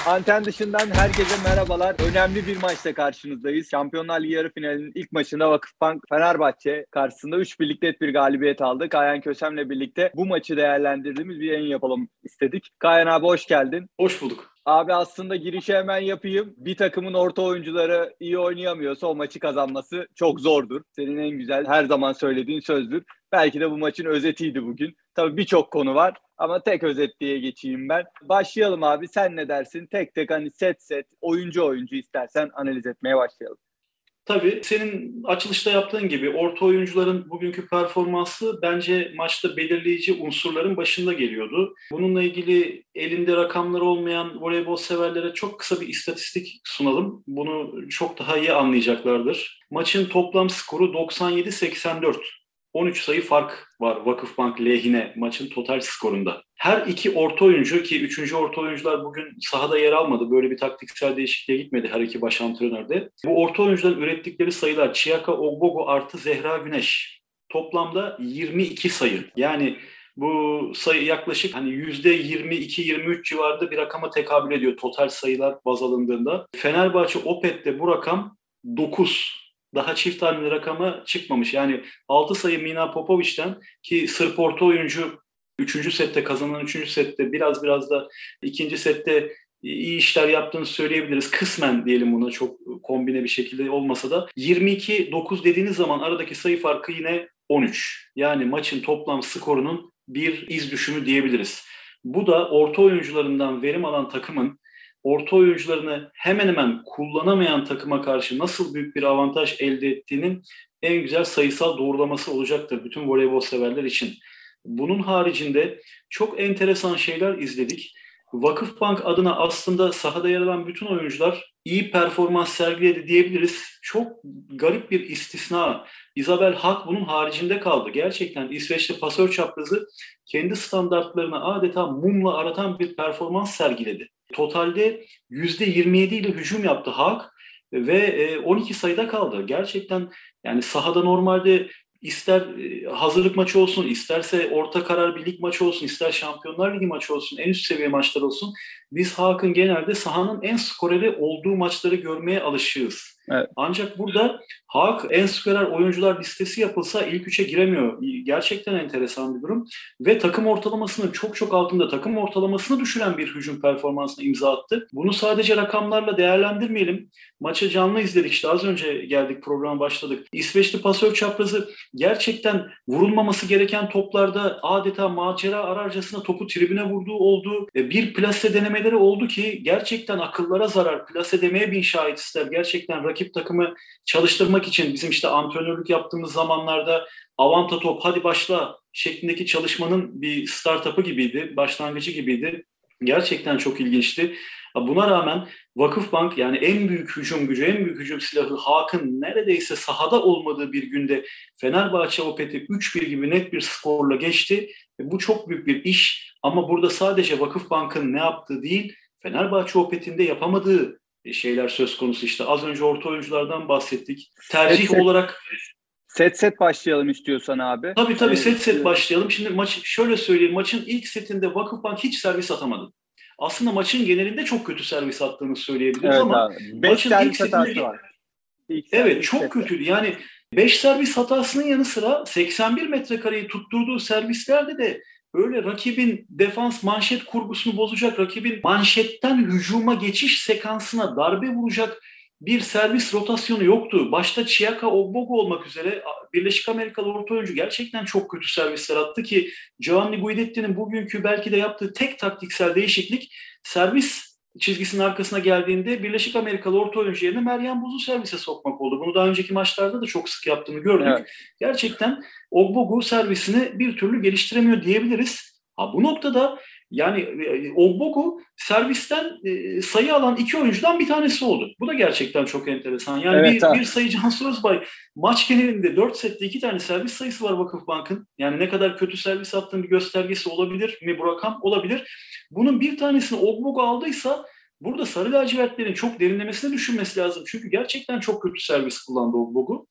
Anten dışından herkese merhabalar. Önemli bir maçla karşınızdayız. Şampiyonlar Ligi yarı finalinin ilk maçında Vakıfbank Fenerbahçe karşısında 3-1'lik net bir galibiyet aldı. Kayan Kösem'le birlikte bu maçı değerlendirdiğimiz bir yayın yapalım istedik. Kayan abi hoş geldin. Hoş bulduk. Abi aslında girişi hemen yapayım. Bir takımın orta oyuncuları iyi oynayamıyorsa o maçı kazanması çok zordur. Senin en güzel her zaman söylediğin sözdür. Belki de bu maçın özetiydi bugün. Tabii birçok konu var ama tek özet diye geçeyim ben. Başlayalım abi, sen ne dersin? Tek tek hani set oyuncu istersen analiz etmeye başlayalım. Tabii senin açılışta yaptığın gibi orta oyuncuların bugünkü performansı bence maçta belirleyici unsurların başında geliyordu. Bununla ilgili elinde rakamları olmayan voleybol severlere çok kısa bir istatistik sunalım. Bunu çok daha iyi anlayacaklardır. Maçın toplam skoru 97-84. 13 sayı fark var Vakıfbank lehine maçın total skorunda. Her iki orta oyuncu ki üçüncü orta oyuncular bugün sahada yer almadı. Böyle bir taktiksel değişikliğe gitmedi her iki baş antrenörde. Bu orta oyuncuların ürettikleri sayılar Chiyaka Ogbogu artı Zehra Güneş. Toplamda 22 sayı. Yani bu sayı yaklaşık hani %22-23 civarında bir rakama tekabül ediyor total sayılar baz alındığında. Fenerbahçe Opet'te bu rakam 9. Daha çift haneli rakama çıkmamış. Yani 6 sayı Mina Popovic'ten ki Sırp orta oyuncu 3. sette kazanan 3. sette biraz da 2. sette iyi işler yaptığını söyleyebiliriz. Kısmen diyelim buna çok kombine bir şekilde olmasa da 22-9 dediğiniz zaman aradaki sayı farkı yine 13. Yani maçın toplam skorunun bir iz düşümü diyebiliriz. Bu da orta oyuncularından verim alan takımın orta oyuncularını hemen hemen kullanamayan takıma karşı nasıl büyük bir avantaj elde ettiğinin en güzel sayısal doğrulaması olacaktır bütün voleybol severler için. Bunun haricinde çok enteresan şeyler izledik. Vakıfbank adına aslında sahada yer alan bütün oyuncular iyi performans sergiledi diyebiliriz. Çok garip bir istisna. Isabel Haak bunun haricinde kaldı. Gerçekten İsveçli pasör çaprazı kendi standartlarını adeta mumla aratan bir performans sergiledi. Totalde %27 ile hücum yaptı Haak ve 12 sayıda kaldı. Gerçekten yani sahada normalde İster hazırlık maçı olsun, isterse orta karar bir lig maçı olsun, ister Şampiyonlar Ligi maçı olsun, en üst seviye maçlar olsun. Biz Haak'ın genelde sahanın en skoreri olduğu maçları görmeye alışığız. Evet. Ancak burada Haak en skorer oyuncular listesi yapılsa ilk üçe giremiyor. Gerçekten enteresan bir durum. Ve takım ortalamasının çok altında, takım ortalamasını düşüren bir hücum performansına imza attı. Bunu sadece rakamlarla değerlendirmeyelim. Maçı canlı izledik işte az önce geldik programa başladık. İsveçli pasör çaprazı gerçekten vurulmaması gereken toplarda adeta macera ararcasına topu tribüne vurduğu oldu. Bir plase denemeleri oldu ki gerçekten akıllara zarar. Plase demeye bin şahit ister. Gerçekten rakip takımı çalıştırmak için bizim işte antrenörlük yaptığımız zamanlarda avanta top hadi başla şeklindeki çalışmanın bir startup'ı gibiydi, başlangıcı gibiydi. Gerçekten çok ilginçti. Buna rağmen Vakıfbank yani en büyük hücum gücü, en büyük hücum silahı Haak'ın neredeyse sahada olmadığı bir günde Fenerbahçe Opet'i 3-1 gibi net bir skorla geçti. Bu çok büyük bir iş ama burada sadece Vakıfbank'ın ne yaptığı değil, Fenerbahçe Opet'in de yapamadığı şeyler söz konusu işte. Az önce orta oyunculardan bahsettik. Tercih olarak... Set başlayalım istiyorsan abi. Tabii set başlayalım. Şimdi maç şöyle söyleyeyim. Maçın ilk setinde Vakıfbank hiç servis atamadı. Aslında maçın genelinde çok kötü servis attığını söyleyebiliriz evet, ama maçın ilk setinde var. Evet çok kötüydü. Yani 5 servis hatasının yanı sıra 81 metrekareyi tutturduğu servislerde de öyle rakibin defans manşet kurgusunu bozacak, rakibin manşetten hücuma geçiş sekansına darbe vuracak bir servis rotasyonu yoktu. Başta Chiyaka Ogbogu olmak üzere Birleşik Amerikalı orta oyuncu gerçekten çok kötü servisler attı ki Giovanni Guidetti'nin bugünkü belki de yaptığı tek taktiksel değişiklik servis çizgisinin arkasına geldiğinde Birleşik Amerikalı orta oyuncu yerine Meryem Buz'u servise sokmak oldu. Bunu daha önceki maçlarda da çok sık yaptığını gördük. Evet. Gerçekten Ogbogu servisini bir türlü geliştiremiyor diyebiliriz. Bu noktada yani Ogbogu servisten sayı alan iki oyuncudan bir tanesi oldu. Bu da gerçekten çok enteresan. Yani evet, bir sayı Cansu Özbay maç genelinde 4 sette 2 tane servis sayısı var Vakıfbank'ın. Yani ne kadar kötü servis attığının bir göstergesi olabilir mi bu rakam? Olabilir. Bunun bir tanesini Ogbogu aldıysa burada sarı lacivertlerin çok derinlemesine düşünmesi lazım. Çünkü gerçekten çok kötü servis kullandı Ogbogu.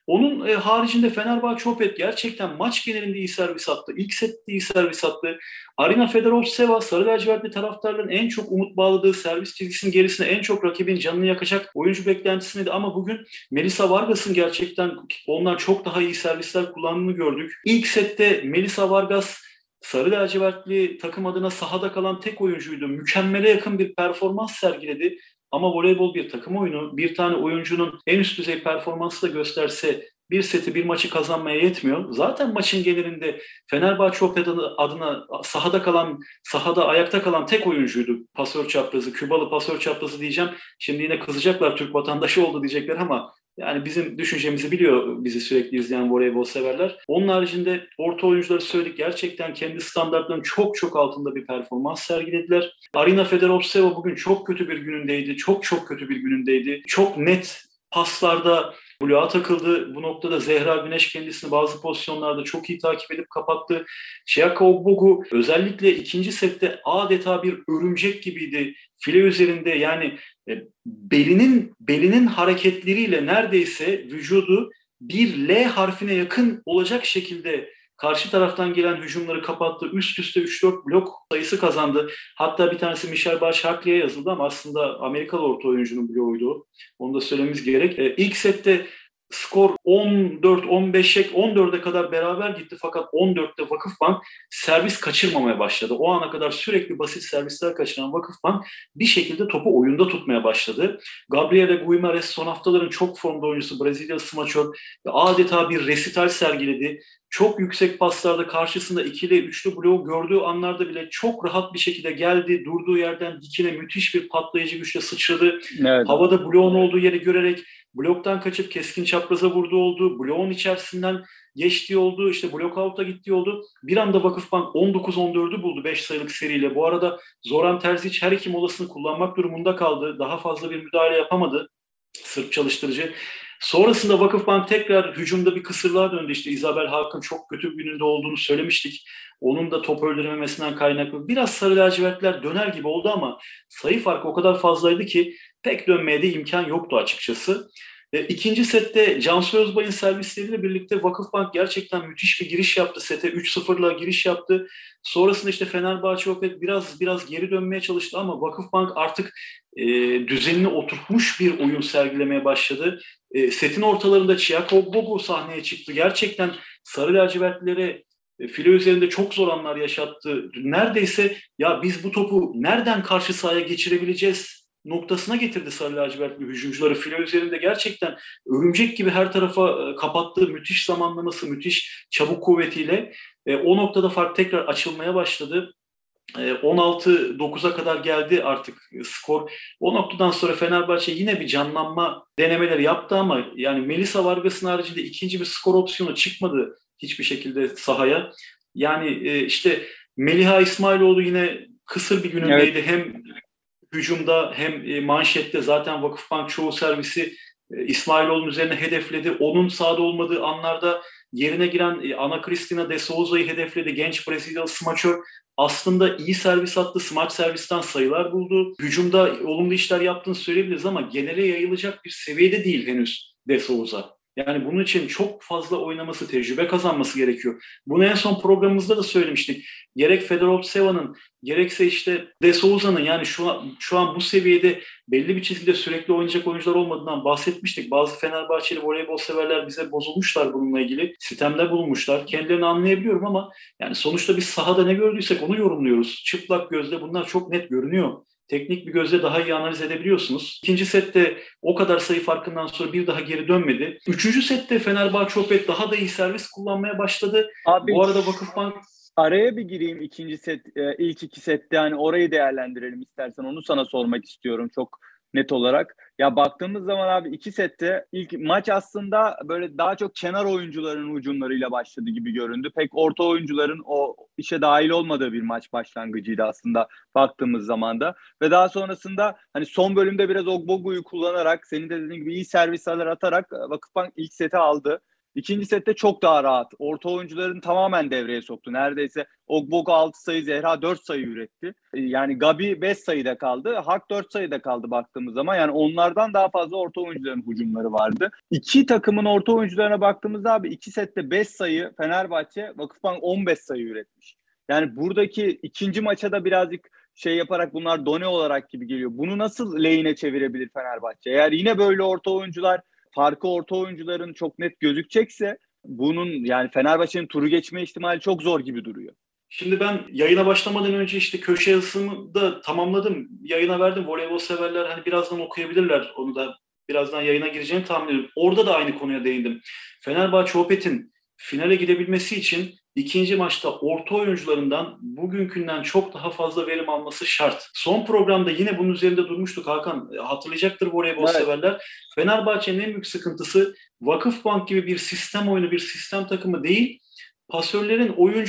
Onun haricinde Fenerbahçe Opet gerçekten maç genelinde iyi servis attı. İlk sette iyi servis attı. Arina Fedorovtseva, sarı lacivertli taraftarların en çok umut bağladığı, servis çizgisinin gerisine en çok rakibin canını yakacak oyuncu beklentisindeydi. Ama bugün Melissa Vargas'ın gerçekten ondan çok daha iyi servisler kullandığını gördük. İlk sette Melissa Vargas sarı lacivertli takım adına sahada kalan tek oyuncuydu. Mükemmele yakın bir performans sergiledi. Ama voleybol bir takım oyunu. Bir tane oyuncunun en üst düzey performansı da gösterse bir seti, bir maçı kazanmaya yetmiyor. Zaten maçın genelinde Fenerbahçe Opet adına sahada ayakta kalan tek oyuncuydu. Pasör çaprazı, Kübalı pasör çaprazı diyeceğim. Şimdi yine kızacaklar, Türk vatandaşı oldu diyecekler ama yani bizim düşüncemizi biliyor bizi sürekli izleyen voleybol severler. Onun haricinde orta oyuncuları söyledik. Gerçekten kendi standartlarının çok çok altında bir performans sergilediler. Arina Fedorovtseva bugün çok kötü bir günündeydi. Çok çok kötü bir günündeydi. Çok net paslarda bloğa takıldı. Bu noktada Zehra Güneş kendisini bazı pozisyonlarda çok iyi takip edip kapattı. Çiaka Ogbogu özellikle ikinci sette adeta bir örümcek gibiydi. File üzerinde yani belinin hareketleriyle neredeyse vücudu bir L harfine yakın olacak şekilde karşı taraftan gelen hücumları kapattı. Üst üste 3-4 blok sayısı kazandı. Hatta bir tanesi Michel Baş-Hartley'e yazıldı ama aslında Amerikalı orta oyuncunun bloğuydu. Onu da söylememiz gerek. İlk sette skor 14'e kadar beraber gitti fakat 14'te Vakıfbank servis kaçırmamaya başladı. O ana kadar sürekli basit servisler kaçıran Vakıfbank bir şekilde topu oyunda tutmaya başladı. Gabriela Guimarães son haftaların çok formda oyuncusu, Brezilya smaçör, adeta bir resital sergiledi. Çok yüksek paslarda karşısında ikili, üçlü bloğu gördüğü anlarda bile çok rahat bir şekilde geldi. Durduğu yerden dikine müthiş bir patlayıcı güçle sıçradı. Evet. Havada bloğun olduğu yeri görerek bloktan kaçıp keskin çapraza vurduğu oldu. Bloğun içerisinden geçtiği oldu. İşte blok out'a gittiği oldu. Bir anda Vakıfbank 19-14'ü buldu 5 sayılık seriyle. Bu arada Zoran Terzic her iki molasını kullanmak durumunda kaldı. Daha fazla bir müdahale yapamadı Sırp çalıştırıcı. Sonrasında Vakıfbank tekrar hücumda bir kısırlığa döndü. İşte Isabel Haak'ın çok kötü bir gününde olduğunu söylemiştik. Onun da top öldürememesinden kaynaklı. Biraz sarı lacivertler döner gibi oldu ama sayı farkı o kadar fazlaydı ki pek dönmeye de imkan yoktu açıkçası. İkinci sette Cansu Özbay'ın servisleriyle birlikte Vakıfbank gerçekten müthiş bir giriş yaptı sete. 3-0'la giriş yaptı. Sonrasında işte Fenerbahçe Opet biraz geri dönmeye çalıştı ama Vakıfbank artık düzenini oturtmuş bir oyun sergilemeye başladı. Setin ortalarında Çiaka Ogbogu sahneye çıktı. Gerçekten sarı lacivertlilere file üzerinde çok zor anlar yaşattı. Neredeyse ya biz bu topu nereden karşı sahaya geçirebileceğiz noktasına getirdi sarı lacivertli hücumcuları. File üzerinde gerçekten örümcek gibi her tarafa kapattığı müthiş zamanlaması, müthiş çabuk kuvvetiyle o noktada fark tekrar açılmaya başladı. 16-9'a kadar geldi artık skor. O noktadan sonra Fenerbahçe yine bir canlanma denemeleri yaptı ama yani Melissa Vargas'ın haricinde ikinci bir skor opsiyonu çıkmadı hiçbir şekilde sahaya. Yani işte Meliha İsmailoğlu yine kısır bir günündeydi. Evet. Hem hücumda hem manşette zaten Vakıfbank çoğu servisi İsmailoğlu'nun üzerine hedefledi. Onun sahada olmadığı anlarda yerine giren Ana Cristina de Souza'yı hedefledi. Genç Brezilyalı smaçör aslında iyi servis attı. Smaç servisten sayılar buldu. Hücumda olumlu işler yaptığını söyleyebiliriz ama genele yayılacak bir seviyede değil henüz de Souza. Yani bunun için çok fazla oynaması, tecrübe kazanması gerekiyor. Bunu en son programımızda da söylemiştik. Gerek Fedorovtseva'nın, gerekse işte De Souza'nın yani şu an bu seviyede belli bir çizgide sürekli oynayacak oyuncular olmadığından bahsetmiştik. Bazı Fenerbahçeli voleybol severler bize bozulmuşlar bununla ilgili. Sitemde bulunmuşlar. Kendilerini anlayabiliyorum ama yani sonuçta biz sahada ne gördüysek onu yorumluyoruz. Çıplak gözle bunlar çok net görünüyor. Teknik bir gözle daha iyi analiz edebiliyorsunuz. İkinci sette o kadar sayı farkından sonra bir daha geri dönmedi. Üçüncü sette Fenerbahçe Opet daha da iyi servis kullanmaya başladı. Abi, bu arada Vakıfbank... Araya bir gireyim ikinci set, ilk iki sette yani orayı değerlendirelim istersen. Onu sana sormak istiyorum çok net olarak. Ya baktığımız zaman abi iki sette ilk maç aslında böyle daha çok kenar oyuncuların hücumlarıyla başladı gibi göründü. Pek orta oyuncuların o işe dahil olmadığı bir maç başlangıcıydı aslında baktığımız zaman da. Ve daha sonrasında hani son bölümde biraz Ogbogu'yu kullanarak senin de dediğin gibi iyi servisler atarak Vakıfbank ilk seti aldı. İkinci sette çok daha rahat. Orta oyuncuların tamamen devreye soktu. Neredeyse Ogboko 6 sayı, Zehra 4 sayı üretti. Yani Gabi 5 sayıda kaldı. Hak 4 sayıda kaldı baktığımız zaman. Yani onlardan daha fazla orta oyuncuların hücumları vardı. İki takımın orta oyuncularına baktığımızda abi 2 sette 5 sayı Fenerbahçe, Vakıfbank 15 sayı üretmiş. Yani buradaki ikinci maça da birazcık şey yaparak bunlar done olarak gibi geliyor. Bunu nasıl lehine çevirebilir Fenerbahçe? Eğer yine böyle orta oyuncular, farkı orta oyuncuların çok net gözükecekse bunun yani Fenerbahçe'nin turu geçme ihtimali çok zor gibi duruyor. Şimdi ben yayına başlamadan önce işte köşe yazısımı da tamamladım. Yayına verdim. Voleybol severler hani birazdan okuyabilirler. Onu da birazdan yayına gireceğini tahmin ediyorum. Orada da aynı konuya değindim. Fenerbahçe Opet'in finale gidebilmesi için ikinci maçta orta oyuncularından bugünkünden çok daha fazla verim alması şart. Son programda yine bunun üzerinde durmuştuk Hakan. Hatırlayacaktır voleybol severler. Fenerbahçe'nin en büyük sıkıntısı Vakıfbank gibi bir sistem oyunu, bir sistem takımı değil. Pasörlerin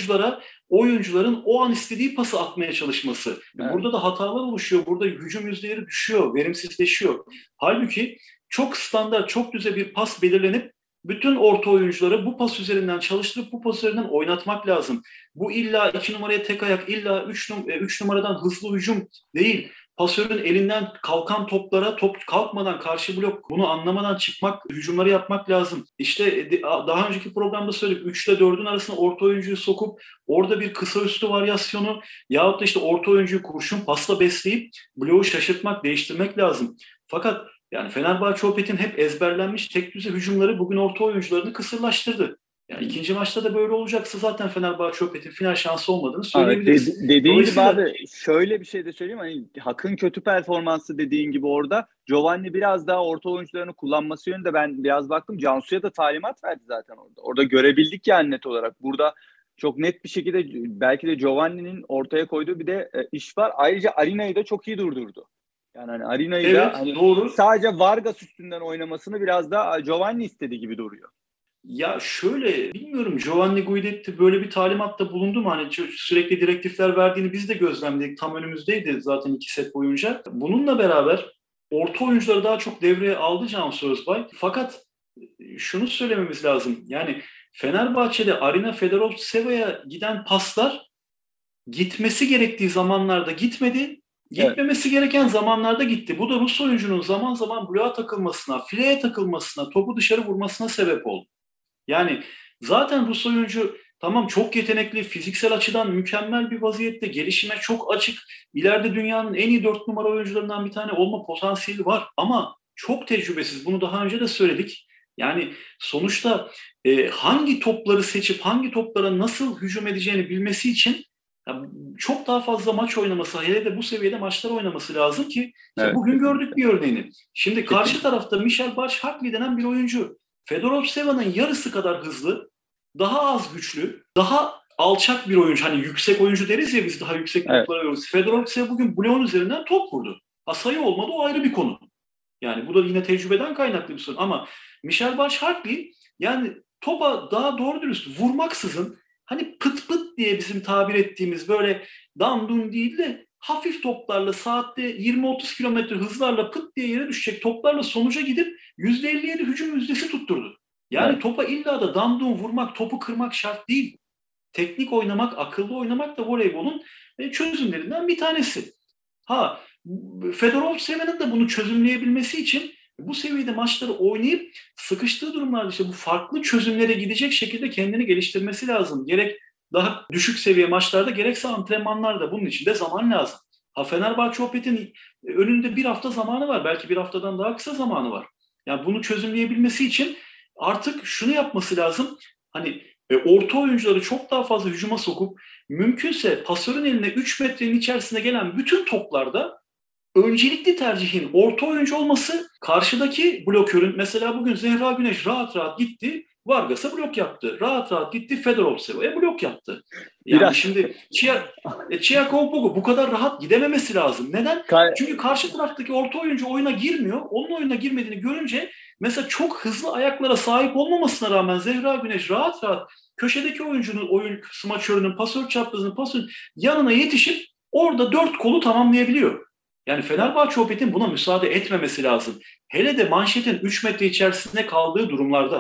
oyuncuların o an istediği pası atmaya çalışması. Evet. Burada da hatalar oluşuyor. Burada hücum yüzdeleri düşüyor, verimsizleşiyor. Halbuki çok standart, çok düzey bir pas belirlenip bütün orta oyuncuları bu pas üzerinden çalıştırıp bu pas üzerinden oynatmak lazım. Bu illa 2 numaraya tek ayak, illa 3 numaradan hızlı hücum değil. Pasörün elinden kalkan toplara top kalkmadan karşı blok bunu anlamadan çıkmak, hücumları yapmak lazım. İşte daha önceki programda söyledik 3 ile 4'ün arasına orta oyuncuyu sokup orada bir kısa üstü varyasyonu yahut da işte orta oyuncuyu kurşun pasla besleyip bloğu şaşırtmak, değiştirmek lazım. Fakat yani Fenerbahçe Opet'in hep ezberlenmiş tek düze hücumları bugün orta oyuncularını kısırlaştırdı. Yani ikinci maçta da böyle olacaksa zaten Fenerbahçe Opet'in final şansı olmadığını söyleyebiliriz. Evet, dediğin gibi abi şöyle bir şey de söyleyeyim. Hani Hak'ın kötü performansı dediğin gibi orada Giovanni biraz daha orta oyuncularını kullanması yönünde ben biraz baktım. Cansu'ya da talimat verdi zaten orada. Orada görebildik yani net olarak. Burada çok net bir şekilde belki de Giovanni'nin ortaya koyduğu bir de iş var. Ayrıca Arina'yı da çok iyi durdurdu. Yani hani Arina'yı da hani doğru. Sadece Vargas üstünden oynamasını biraz da Giovanni istediği gibi duruyor. Ya şöyle bilmiyorum Giovanni Guidetti böyle bir talimatta bulundu mu? Hani sürekli direktifler verdiğini biz de gözlemledik. Tam önümüzdeydi zaten 2 set boyunca. Bununla beraber orta oyuncuları daha çok devreye aldı Cansu Özbay. Fakat şunu söylememiz lazım. Yani Fenerbahçe'de Arina Fedorovtseva'ya giden paslar gitmesi gerektiği zamanlarda gitmedi. Gitmemesi gereken zamanlarda gitti. Bu da Rus oyuncunun zaman zaman bloğa takılmasına, fileye takılmasına, topu dışarı vurmasına sebep oldu. Yani zaten Rus oyuncu tamam çok yetenekli, fiziksel açıdan mükemmel bir vaziyette, gelişime çok açık. İleride dünyanın en iyi 4 numara oyuncularından bir tane olma potansiyeli var. Ama çok tecrübesiz. Bunu daha önce de söyledik. Yani sonuçta hangi topları seçip hangi toplara nasıl hücum edeceğini bilmesi için çok daha fazla maç oynaması, hele de bu seviyede maçlar oynaması lazım ki evet. Bugün gördük bir örneğini. Şimdi karşı tarafta Michel Baş-Hartley denen bir oyuncu. Fedorovtseva'nın yarısı kadar hızlı, daha az güçlü, daha alçak bir oyuncu. Hani yüksek oyuncu deriz ya biz daha yüksek toplara oynuyoruz. Fedorovtseva bugün bloğun üzerinden top vurdu. Sayı olmadı o ayrı bir konu. Yani bu da yine tecrübeden kaynaklı bir sorun. Ama Michel Baş-Hartley yani topa daha doğru dürüst vurmaksızın hani pıt pıt diye bizim tabir ettiğimiz böyle dandun değil de hafif toplarla saatte 20-30 kilometre hızlarla pıt diye yere düşecek toplarla sonuca gidip %57 hücum yüzdesi tutturdu. Yani topa illa da dandun vurmak, topu kırmak şart değil. Teknik oynamak, akıllı oynamak da voleybolun çözümlerinden bir tanesi. Fedorovtseva'nın da bunu çözümleyebilmesi için bu seviyede maçları oynayıp sıkıştığı durumlarda işte bu farklı çözümlere gidecek şekilde kendini geliştirmesi lazım. Gerek daha düşük seviye maçlarda gerekse antrenmanlarda bunun için de zaman lazım. Fenerbahçe Opet'in önünde bir hafta zamanı var. Belki bir haftadan daha kısa zamanı var. Yani bunu çözümleyebilmesi için artık şunu yapması lazım. Hani orta oyuncuları çok daha fazla hücuma sokup mümkünse pasörün eline 3 metrenin içerisine gelen bütün toplarda öncelikli tercihin orta oyuncu olması, karşıdaki blokörün mesela bugün Zehra Güneş rahat rahat gitti, Vargas'a blok yaptı. Rahat rahat gitti, Fedorovtseva'ya blok yaptı. Yani biraz. Şimdi Çiyakovbogu bu kadar rahat gidememesi lazım. Neden? Çünkü karşı taraftaki orta oyuncu oyuna girmiyor. Onun oyuna girmediğini görünce mesela çok hızlı ayaklara sahip olmamasına rağmen Zehra Güneş rahat rahat köşedeki oyuncunun, oyun smaçörünün, pasör çaprazının, pasörün yanına yetişip orada 4 kolu tamamlayabiliyor. Yani Fenerbahçe Opet'in buna müsaade etmemesi lazım. Hele de manşetin 3 metre içerisinde kaldığı durumlarda.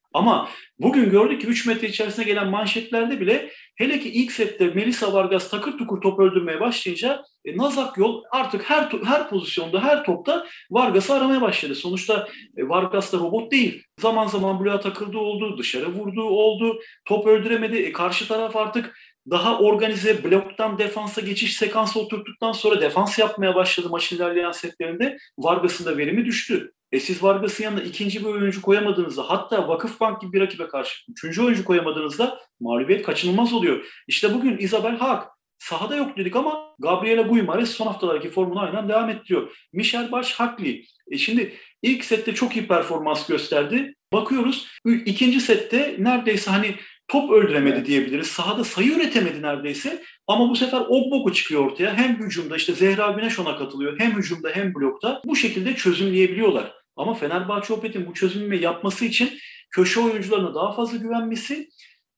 Ama bugün gördük ki 3 metre içerisine gelen manşetlerde bile, hele ki ilk sette Melissa Vargas takır tukur top öldürmeye başlayınca Nazak Yol artık her pozisyonda, her topta Vargas'ı aramaya başladı. Sonuçta Vargas da robot değil. Zaman zaman bloğa takıldığı oldu, dışarı vurduğu oldu, top öldüremedi. Karşı taraf artık daha organize, bloktan defansa geçiş sekansı oturttuktan sonra defans yapmaya başladı maçın ilerleyen setlerinde. Vargas'ın da verimi düştü. Siz Vargas'ın yanına ikinci bir oyuncu koyamadığınızda, hatta Vakıfbank gibi bir rakibe karşı üçüncü oyuncu koyamadığınızda mağlubiyet kaçınılmaz oluyor. İşte bugün Isabel Haak sahada yok dedik ama Gabriela Guimarães son haftalardaki formuna aynen devam ettiriyor. Michel Barş-Hakli şimdi ilk sette çok iyi performans gösterdi. Bakıyoruz ikinci sette neredeyse hani top öldüremedi diyebiliriz. Sahada sayı üretemedi neredeyse. Ama bu sefer Ogbogu çıkıyor ortaya. Hem hücumda işte Zehra Güneş ona katılıyor. Hem hücumda hem blokta. Bu şekilde çözümleyebiliyorlar. Ama Fenerbahçe Opet'in bu çözümlemeyi yapması için köşe oyuncularına daha fazla güvenmesi,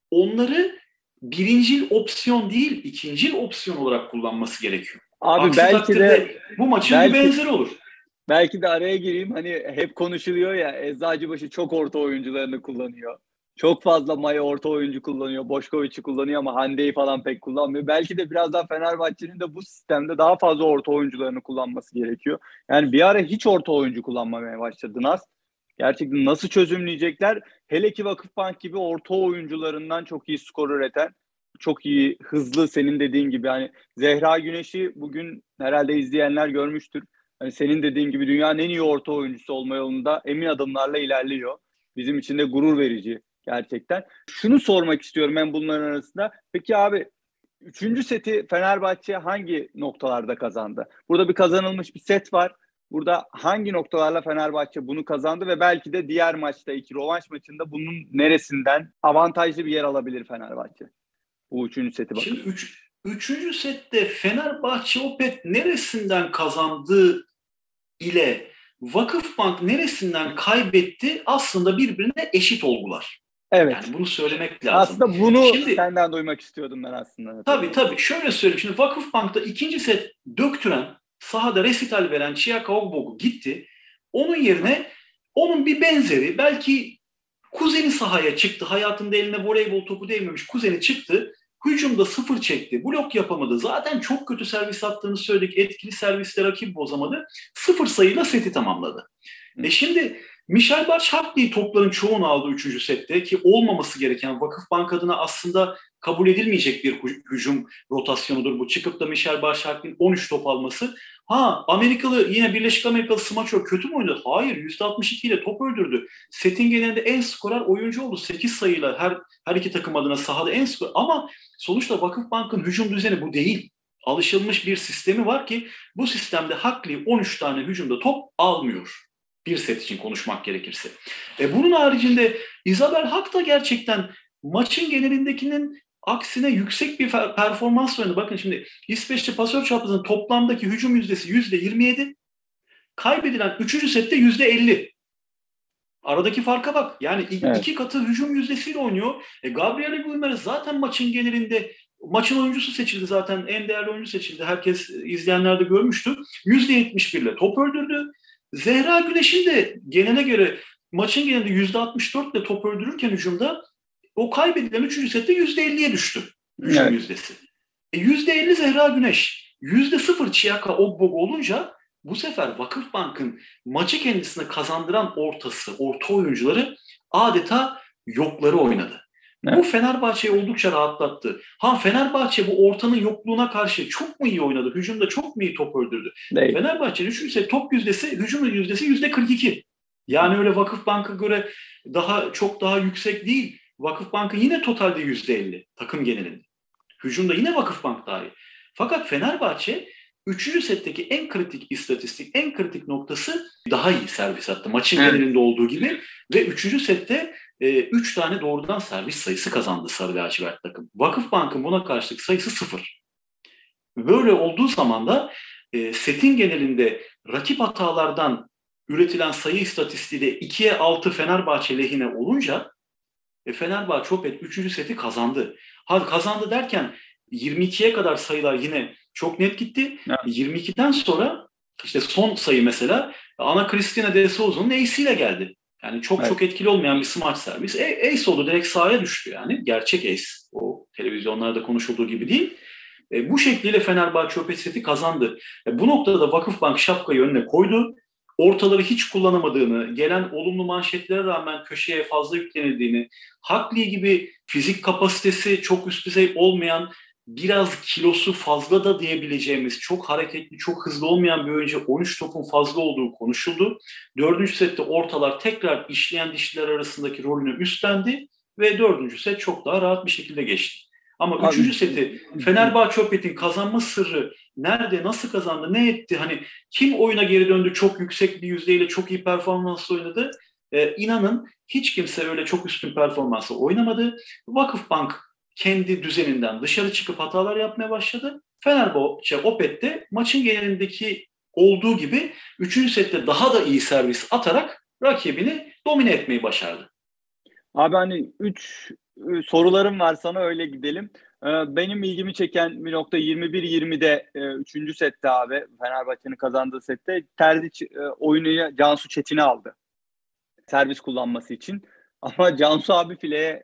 onları birincil opsiyon değil, ikincil opsiyon olarak kullanması gerekiyor. Abi aksi belki takdirde de bu maçın bir benzeri olur. Belki de araya gireyim. Hani hep konuşuluyor ya, Eczacıbaşı çok orta oyuncularını kullanıyor. Çok fazla Maya orta oyuncu kullanıyor. Boşkoviç'i kullanıyor ama Hande'yi falan pek kullanmıyor. Belki de biraz daha Fenerbahçe'nin de bu sistemde daha fazla orta oyuncularını kullanması gerekiyor. Yani bir ara hiç orta oyuncu kullanmamaya başladı Naz. Gerçekten nasıl çözümleyecekler? Hele ki Vakıfbank gibi orta oyuncularından çok iyi skor üreten, çok iyi, hızlı, senin dediğin gibi. Hani Zehra Güneş'i bugün herhalde izleyenler görmüştür. Hani senin dediğin gibi dünyanın en iyi orta oyuncusu olma yolunda emin adımlarla ilerliyor. Bizim için de gurur verici gerçekten. Şunu sormak istiyorum ben bunların arasında. Peki abi, 3. seti Fenerbahçe hangi noktalarda kazandı? Burada bir kazanılmış bir set var. Burada hangi noktalarla Fenerbahçe bunu kazandı ve belki de diğer maçta, rövanş maçında bunun neresinden avantajlı bir yer alabilir Fenerbahçe? Bu 3. seti bakın. Şimdi üçüncü sette Fenerbahçe Opet neresinden kazandı ile Vakıfbank neresinden kaybetti aslında birbirine eşit olgular. Evet. Yani bunu söylemek lazım. Aslında bunu senden duymak istiyordum ben aslında. Tabii. Şöyle söyleyeyim. Şimdi Vakıfbank'ta ikinci set döktüren, sahada resital veren Chiaka Ogbogu gitti. Onun yerine onun bir benzeri, belki kuzeni sahaya çıktı. Hayatında eline voleybol topu değmemiş kuzeni çıktı. Hücumda 0 çekti. Blok yapamadı. Zaten çok kötü servis attığını söyledik. Etkili servisle rakip bozamadı. 0 sayıyla seti tamamladı. Şimdi Michel Barş-Hakli topların çoğunu aldı 3. sette ki olmaması gereken, Vakıfbank adına aslında kabul edilmeyecek bir hücum rotasyonudur bu. Çıkıp da Michel Barş-Hakli'nin 13 top alması. Amerikalı, yine Birleşik Amerikalı smaçör kötü mü oynadı? Hayır, %62 ile top öldürdü. Setin genelinde en skorer oyuncu oldu. 8 sayıyla her iki takım adına sahada en skorer. Ama sonuçta Vakıfbank'ın hücum düzeni bu değil. Alışılmış bir sistemi var ki bu sistemde Hakli 13 tane hücumda top almıyor. Bir set için konuşmak gerekirse. Bunun haricinde Isabel Haak da gerçekten maçın genelindekinin aksine yüksek bir performans oynadı. Bakın şimdi İsveçli pasör çaprazının toplamdaki hücum yüzdesi %27. Kaybedilen 3. sette %50. Aradaki farka bak. Yani iki katı hücum yüzdesiyle oynuyor. Gabriela Guimarães zaten maçın genelinde maçın oyuncusu seçildi zaten. En değerli oyuncu seçildi. Herkes, izleyenler de görmüştü. %71 ile top öldürdü. Zehra Güneş'in de genele göre maçın genelinde %64 ile top öldürürken hücumda o kaybedilen 3. sette %50'ye düştü hücum yüzdesi. %50 Zehra Güneş, %0 Chiaka Ogbogu olunca bu sefer Vakıfbank'ın maçı kendisine kazandıran orta oyuncuları adeta yokları oynadı. Evet. Bu Fenerbahçe'yi oldukça rahatlattı. Fenerbahçe bu ortanın yokluğuna karşı çok mu iyi oynadı? Hücumda çok mu iyi top öldürdü? Fenerbahçe'nin 3. set top yüzdesi, hücum yüzdesi %42. Yani öyle Vakıfbank'a göre çok daha yüksek değil. Vakıfbank'ın yine totalde %50 takım genelinde. Hücumda yine Vakıfbank daha iyi. Fakat Fenerbahçe 3. setteki en kritik istatistik, en kritik noktası daha iyi servis attı. Maçın genelinde olduğu gibi ve 3. sette 3 tane doğrudan servis sayısı kazandı Sarı Lacivert takım. Vakıfbank'ın buna karşılık sayısı 0. Böyle olduğu zaman da setin genelinde rakip hatalardan üretilen sayı istatistiği de 2'ye 6 Fenerbahçe lehine olunca Fenerbahçe Opet 3. seti kazandı. Kazandı derken 22'ye kadar sayılar yine çok net gitti. Evet. 22'den sonra işte son sayı mesela Ana Cristina de Souza'nın ace'iyle geldi. Yani çok Evet. çok etkili olmayan bir smaç servis. Ace oldu, direkt sahaya düştü yani. Gerçek ace. O televizyonlarda konuşulduğu gibi değil. Bu şekliyle Fenerbahçe o seti kazandı. Bu noktada Vakıfbank şapkayı önüne koydu. Ortaları hiç kullanamadığını, gelen olumlu manşetlere rağmen köşeye fazla yüklenildiğini, Hakli gibi fizik kapasitesi çok üst düzey olmayan, biraz kilosu fazla da diyebileceğimiz, çok hareketli, çok hızlı olmayan bir oyuncu, 13 topun fazla olduğu konuşuldu. Dördüncü sette ortalar tekrar işleyen dişliler arasındaki rolünü üstlendi ve dördüncü set çok daha rahat bir şekilde geçti. Ama Abi, üçüncü seti Fenerbahçe Opet'in kazanma sırrı nerede, nasıl kazandı, ne etti? Hani kim oyuna geri döndü, çok yüksek bir yüzdeyle çok iyi performans oynadı? İnanın hiç kimse öyle çok üstün performansı oynamadı. Vakıfbank kendi düzeninden dışarı çıkıp hatalar yapmaya başladı. Fenerbahçe Opet'te maçın genelindeki olduğu gibi 3. sette daha da iyi servis atarak rakibini domine etmeyi başardı. abi hani 3 sorularım var sana, öyle gidelim. Benim ilgimi çeken bir nokta 21-20'de 3. sette abi, Fenerbahçe'nin kazandığı sette Terzic oyunu Cansu Çetin'i aldı. Servis kullanması için. Ama Cansu abi fileye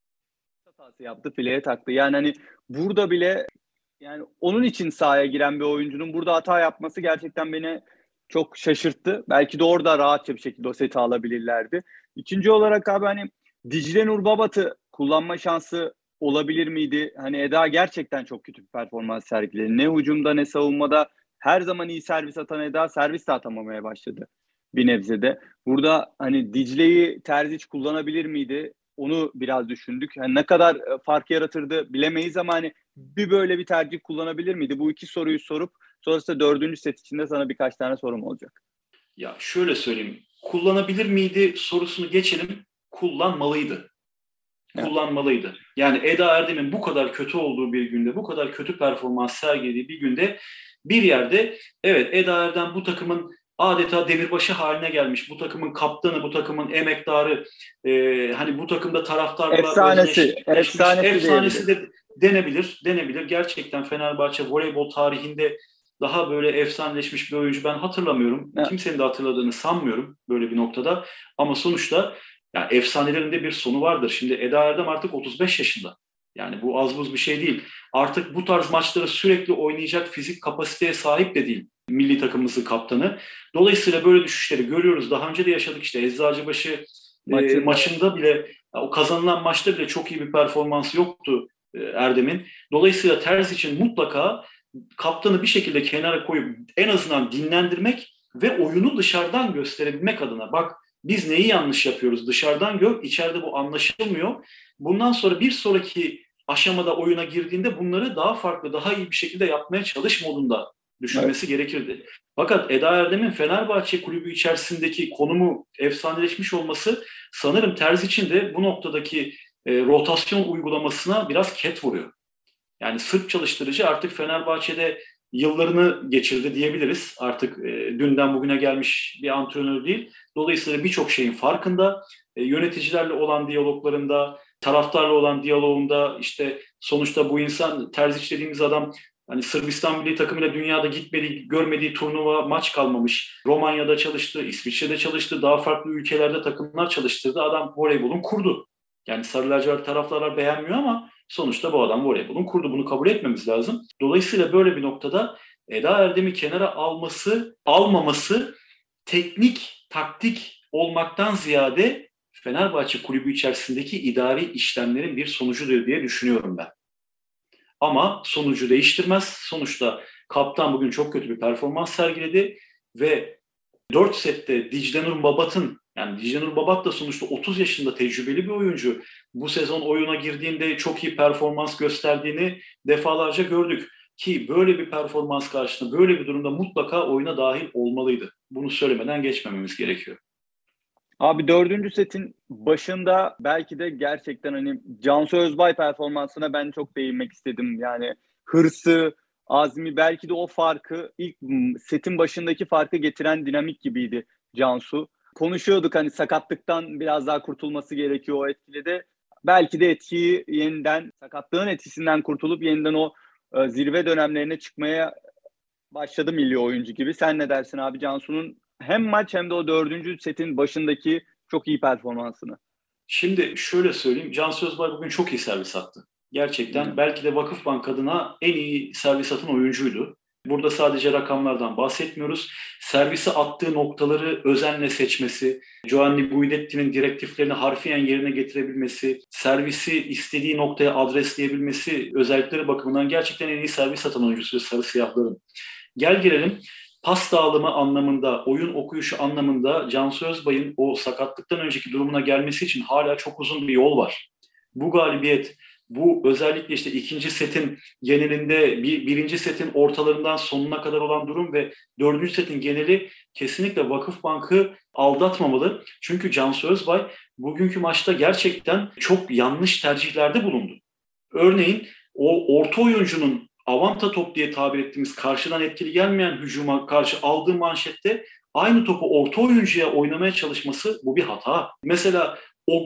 hatası yaptı, fileye taktı. Yani hani burada bile, yani onun için sahaya giren bir oyuncunun burada hata yapması gerçekten beni çok şaşırttı. Belki de orada rahatça bir şekilde o seti alabilirlerdi. İkinci olarak abi, hani Dicle Nur Babat'ı kullanma şansı olabilir miydi? Hani Eda gerçekten çok kötü bir performans sergiledi. Ne hücumda ne savunmada her zaman iyi servis atan Eda servis de atamamaya başladı bir nebzede. Burada hani Dicle'yi Terzic kullanabilir miydi? Onu biraz düşündük. Yani ne kadar fark yaratırdı bilemeyiz ama hani bir böyle bir tercih kullanabilir miydi? Bu iki soruyu sorup sonrasında dördüncü set içinde sana birkaç tane sorum olacak. Ya şöyle söyleyeyim, kullanabilir miydi sorusunu geçelim, kullanmalıydı. Evet. Kullanmalıydı. Yani Eda Erdem'in bu kadar kötü olduğu bir günde, bu kadar kötü performans sergilediği bir günde bir yerde, evet, Eda Erdem bu takımın adeta demirbaşı haline gelmiş. Bu takımın kaptanı, bu takımın emektarı, hani bu takımda taraftarla özdeşleşmiş Efsanesi efsanesi diyebiliriz. de denebilir. Gerçekten Fenerbahçe voleybol tarihinde daha böyle efsaneleşmiş bir oyuncu ben hatırlamıyorum. Evet. Kimsenin de hatırladığını sanmıyorum böyle bir noktada. Ama sonuçta yani efsanelerinde bir sonu vardır. Şimdi Eda Erdem artık 35 yaşında. Yani bu az buz bir şey değil. Artık bu tarz maçları sürekli oynayacak fizik kapasiteye sahip de değil milli takımımızın kaptanı. Dolayısıyla böyle düşüşleri görüyoruz. Daha önce de yaşadık işte Eczacıbaşı Maçında maçında bile, o kazanılan maçta bile çok iyi bir performansı yoktu Erdem'in. Dolayısıyla Terz için mutlaka kaptanı bir şekilde kenara koyup en azından dinlendirmek ve oyunu dışarıdan gösterebilmek adına, bak biz neyi yanlış yapıyoruz? Dışarıdan gör, içeride bu anlaşılmıyor. Bundan sonra bir sonraki aşamada oyuna girdiğinde bunları daha farklı, daha iyi bir şekilde yapmaya çalış modunda evet. düşünmesi gerekirdi. Fakat Eda Erdem'in Fenerbahçe kulübü içerisindeki konumu efsaneleşmiş olması sanırım Terzi için de bu noktadaki rotasyon uygulamasına biraz ket vuruyor. Yani Sırp çalıştırıcı artık Fenerbahçe'de yıllarını geçirdi diyebiliriz. Artık dünden bugüne gelmiş bir antrenör değil. Dolayısıyla birçok şeyin farkında. Yöneticilerle olan diyaloglarında, taraftarla olan diyaloğunda, işte sonuçta bu insan, Terzic dediğimiz adam, hani Sırbistan milli takımıyla dünyada gitmediği, görmediği turnuva maç kalmamış. Romanya'da çalıştı, İsviçre'de çalıştı, daha farklı ülkelerde takımlar çalıştırdı. Adam voleybolun kurdu. Yani Sarı lacivert taraftarlar beğenmiyor ama sonuçta bu adam voleybolun kurdu. Bunu kabul etmemiz lazım. Dolayısıyla böyle bir noktada Eda Erdem'i kenara almaması teknik, taktik olmaktan ziyade Fenerbahçe kulübü içerisindeki idari işlemlerin bir sonucudur diye düşünüyorum ben. Ama sonucu değiştirmez. Sonuçta kaptan bugün çok kötü bir performans sergiledi ve 4 sette Dicle Babat'ın, yani Dicle Babat da sonuçta 30 yaşında tecrübeli bir oyuncu. Bu sezon oyuna girdiğinde çok iyi performans gösterdiğini defalarca gördük. Ki böyle bir performans karşısında, böyle bir durumda mutlaka oyuna dahil olmalıydı. Bunu söylemeden geçmememiz gerekiyor. Abi dördüncü setin başında belki de gerçekten hani Cansu Özbay performansına ben çok değinmek istedim. Yani hırsı, azmi, belki de o farkı, ilk setin başındaki farkı getiren dinamik gibiydi Cansu. Konuşuyorduk hani sakatlıktan biraz daha kurtulması gerekiyor, o etkiledi. Belki de etkiyi yeniden, sakatlığın etkisinden kurtulup yeniden o zirve dönemlerine çıkmaya başladı milli oyuncu gibi. Sen ne dersin abi, Cansu'nun hem maç hem de o dördüncü setin başındaki çok iyi performansını. Şimdi şöyle söyleyeyim. Can Sözbay bugün çok iyi servis attı. Gerçekten belki de Vakıfbank adına en iyi servis atan oyuncuydu. Burada sadece rakamlardan bahsetmiyoruz. Servisi attığı noktaları özenle seçmesi, Giovanni Guidetti'nin direktiflerini harfiyen yerine getirebilmesi, servisi istediği noktaya adresleyebilmesi özellikleri bakımından gerçekten en iyi servis atan oyuncusu sarı siyahların. Gel gelelim pas dağılımı anlamında, oyun okuyuşu anlamında Cansu Özbay'ın o sakatlıktan önceki durumuna gelmesi için hala çok uzun bir yol var. Bu galibiyet, bu özellikle işte ikinci setin genelinde birinci setin ortalarından sonuna kadar olan durum ve dördüncü setin geneli kesinlikle Vakıfbank'ı aldatmamalı. Çünkü Cansu Özbay bugünkü maçta gerçekten çok yanlış tercihlerde bulundu. Örneğin o orta oyuncunun avanta top diye tabir ettiğimiz karşıdan etkili gelmeyen hücuma karşı aldığı manşette aynı topu orta oyuncuya oynamaya çalışması bu bir hata. Mesela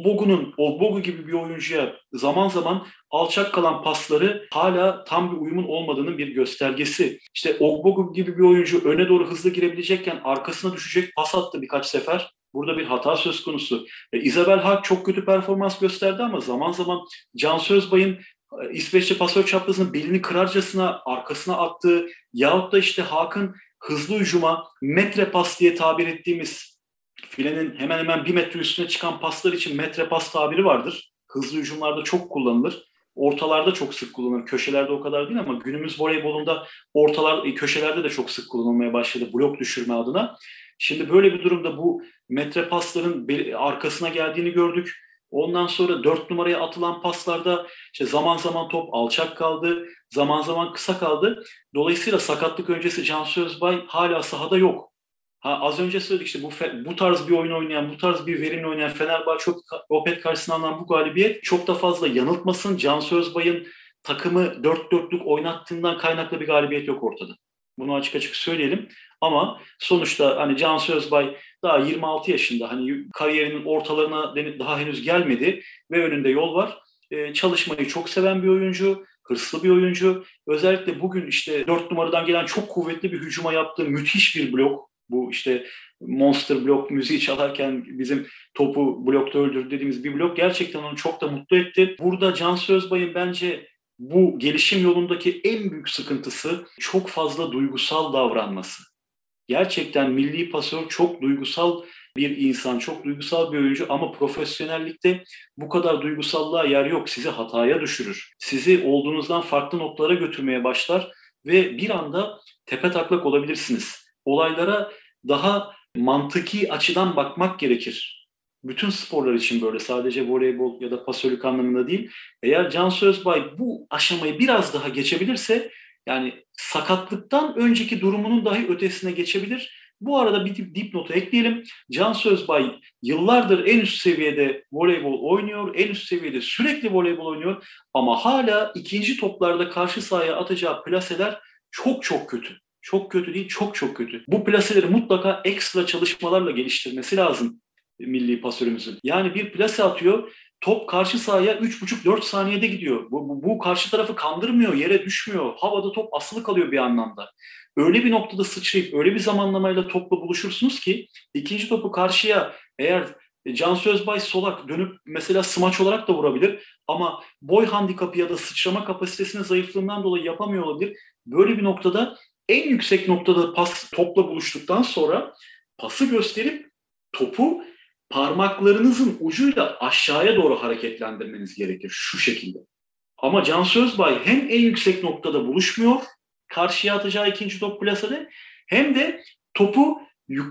Ogbogu gibi bir oyuncuya zaman zaman alçak kalan pasları hala tam bir uyumun olmadığının bir göstergesi. İşte Ogbogu gibi bir oyuncu öne doğru hızlı girebilecekken arkasına düşecek pas attı birkaç sefer. Burada bir hata söz konusu. Isabel Haak çok kötü performans gösterdi ama zaman zaman Cansu Özbay'ın İsveçli pasör çaprazının belini kırarcasına arkasına attığı yahut da işte Haak'ın hızlı hücuma metre pas diye tabir ettiğimiz filenin hemen hemen 1 metre üstüne çıkan paslar için metre pas tabiri vardır. Hızlı hücumlarda çok kullanılır. Ortalarda çok sık kullanılır. Köşelerde o kadar değil ama günümüz voleybolunda köşelerde de çok sık kullanılmaya başladı blok düşürme adına. Şimdi böyle bir durumda bu metre pasların arkasına geldiğini gördük. Ondan sonra 4 numaraya atılan paslarda işte zaman zaman top alçak kaldı, zaman zaman kısa kaldı. Dolayısıyla sakatlık öncesi Cansu Özbay hala sahada yok. Az önce söyledik işte bu tarz bir oyun oynayan, bu tarz bir verimle oynayan Fenerbahçe Opet karşısına alınan bu galibiyet çok da fazla yanıltmasın. Cansu Özbay'ın takımı 4-4'lük oynattığından kaynaklı bir galibiyet yok ortada. Bunu açık açık söyleyelim. Ama sonuçta hani Cansu Özbay daha 26 yaşında, hani kariyerinin ortalarına daha henüz gelmedi ve önünde yol var. Çalışmayı çok seven bir oyuncu, hırslı bir oyuncu. Özellikle bugün işte 4 numaradan gelen çok kuvvetli bir hücuma yaptığı müthiş bir blok. Bu işte Monster blok müziği çalarken bizim topu blokta öldürdü dediğimiz bir blok gerçekten onu çok da mutlu etti. Burada Cansu Özbay'ın bence bu gelişim yolundaki en büyük sıkıntısı çok fazla duygusal davranması. Gerçekten milli pasör çok duygusal bir insan, çok duygusal bir oyuncu ama profesyonellikte bu kadar duygusallığa yer yok. Sizi hataya düşürür. Sizi olduğunuzdan farklı noktalara götürmeye başlar ve bir anda tepetaklak olabilirsiniz. Olaylara daha mantıki açıdan bakmak gerekir. Bütün sporlar için böyle, sadece voleybol ya da pasörlük anlamında değil. Eğer Cansu Özbay bu aşamayı biraz daha geçebilirse, yani sakatlıktan önceki durumunun dahi ötesine geçebilir. Bu arada bir dipnotu ekleyelim. Cansu Özbay yıllardır en üst seviyede voleybol oynuyor. En üst seviyede sürekli voleybol oynuyor. Ama hala ikinci toplarda karşı sahaya atacağı plaseler çok çok kötü. Çok kötü değil, çok çok kötü. Bu plaseleri mutlaka ekstra çalışmalarla geliştirmesi lazım milli pasörümüzün. Yani bir plase atıyor, top karşı sahaya 3,5-4 saniyede gidiyor. Bu karşı tarafı kandırmıyor, yere düşmüyor. Havada top asılı kalıyor bir anlamda. Öyle bir noktada sıçrayıp öyle bir zamanlamayla topla buluşursunuz ki ikinci topu karşıya, eğer Cansu Özbay solak dönüp mesela smaç olarak da vurabilir ama boy handikapı ya da sıçrama kapasitesinin zayıflığından dolayı yapamıyor olabilir. Böyle bir noktada en yüksek noktada topla buluştuktan sonra pası gösterip topu parmaklarınızın ucuyla aşağıya doğru hareketlendirmeniz gerekir şu şekilde. Ama Cansu Özbay hem en yüksek noktada buluşmuyor, karşıya atacağı ikinci top plasede, hem de topu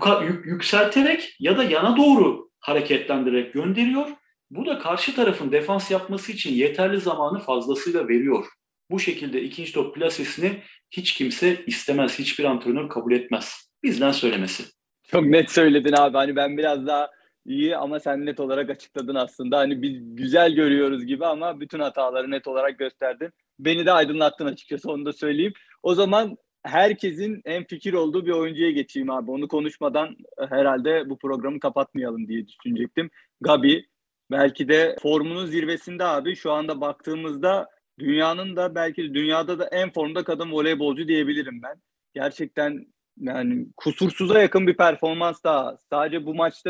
yükselterek ya da yana doğru hareketlendirerek gönderiyor. Bu da karşı tarafın defans yapması için yeterli zamanı fazlasıyla veriyor. Bu şekilde ikinci top plasesini hiç kimse istemez, hiçbir antrenör kabul etmez. Bizden söylemesi. Çok net söyledin abi. Hani ben biraz daha iyi ama sen net olarak açıkladın aslında. Hani biz güzel görüyoruz gibi ama bütün hataları net olarak gösterdin. Beni de aydınlattın açıkçası, onu da söyleyeyim. O zaman herkesin en fikir olduğu bir oyuncuya geçeyim abi. Onu konuşmadan herhalde bu programı kapatmayalım diye düşünecektim. Gabi belki de formunun zirvesinde abi. Şu anda baktığımızda dünyanın da, belki de dünyada da en formda kadın voleybolcu diyebilirim ben. Gerçekten yani kusursuza yakın bir performans daha. Sadece bu maçta değil,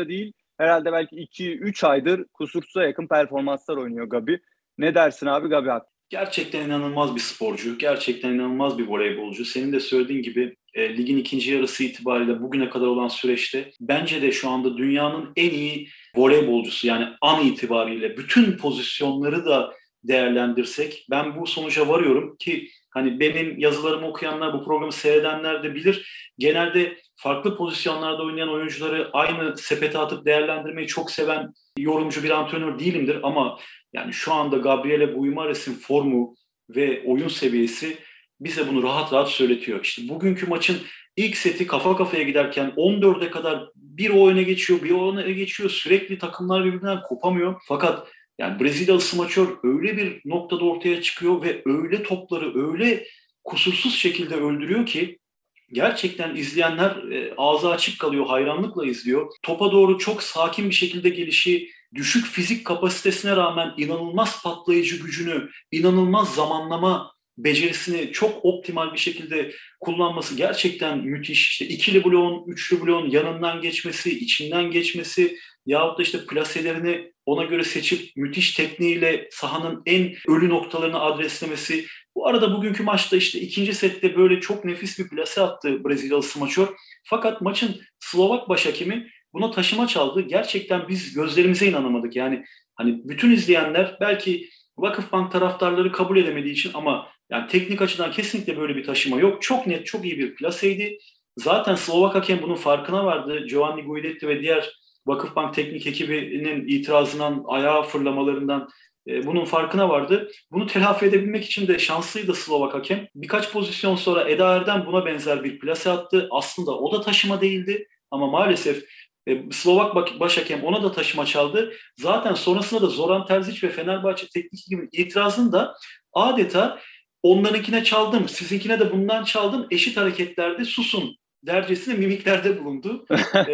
herhalde belki 2-3 aydır kusursuza yakın performanslar oynuyor Gabi. Ne dersin abi Gabi hakkında? Gerçekten inanılmaz bir sporcu, gerçekten inanılmaz bir voleybolcu. Senin de söylediğin gibi ligin ikinci yarısı itibariyle bugüne kadar olan süreçte bence de şu anda dünyanın en iyi voleybolcusu. Yani an itibariyle bütün pozisyonları da değerlendirsek ben bu sonuca varıyorum ki hani benim yazılarımı okuyanlar, bu programı seyredenler de bilir. Genelde farklı pozisyonlarda oynayan oyuncuları aynı sepete atıp değerlendirmeyi çok seven yorumcu bir antrenör değilimdir ama yani şu anda Gabriela Guimares'in formu ve oyun seviyesi bize bunu rahat rahat söyletiyor. İşte bugünkü maçın ilk seti kafa kafaya giderken 14'e kadar bir o öne geçiyor, bir o öne geçiyor. Sürekli takımlar birbirinden kopamıyor. Fakat yani Brezilyalı smaçör öyle bir noktada ortaya çıkıyor ve öyle topları öyle kusursuz şekilde öldürüyor ki gerçekten izleyenler ağzı açık kalıyor, hayranlıkla izliyor. Topa doğru çok sakin bir şekilde gelişi, düşük fizik kapasitesine rağmen inanılmaz patlayıcı gücünü, inanılmaz zamanlama becerisini çok optimal bir şekilde kullanması gerçekten müthiş. İşte ikili bloğun, üçlü bloğun yanından geçmesi, içinden geçmesi yahut da işte plaselerini ona göre seçip müthiş tekniğiyle sahanın en ölü noktalarını adreslemesi. Bu arada bugünkü maçta işte ikinci sette böyle çok nefis bir plase attı Brezilyalı smaçör. Fakat maçın Slovak başhakimi buna taşıma çaldı. Gerçekten biz gözlerimize inanamadık. Yani hani bütün izleyenler belki Vakıfbank taraftarları kabul edemediği için ama yani teknik açıdan kesinlikle böyle bir taşıma yok. Çok net, çok iyi bir plaseydi. Zaten Slovak hakem bunun farkına vardı. Giovanni Guidetti ve diğer Vakıfbank teknik ekibinin itirazından, ayağa fırlamalarından bunun farkına vardı. Bunu telafi edebilmek için de şanslıydı Slovak hakem. Birkaç pozisyon sonra Eda Erdem buna benzer bir plase attı. Aslında o da taşıma değildi ama maalesef Slovak başhakem ona da taşıma çaldı. Zaten sonrasında da Zoran Terzic ve Fenerbahçe teknik ekibinin itirazını da adeta onlarınkine çaldım, sizinkine de bundan çaldım, eşit hareketlerde susun dercesine mimiklerde bulundu.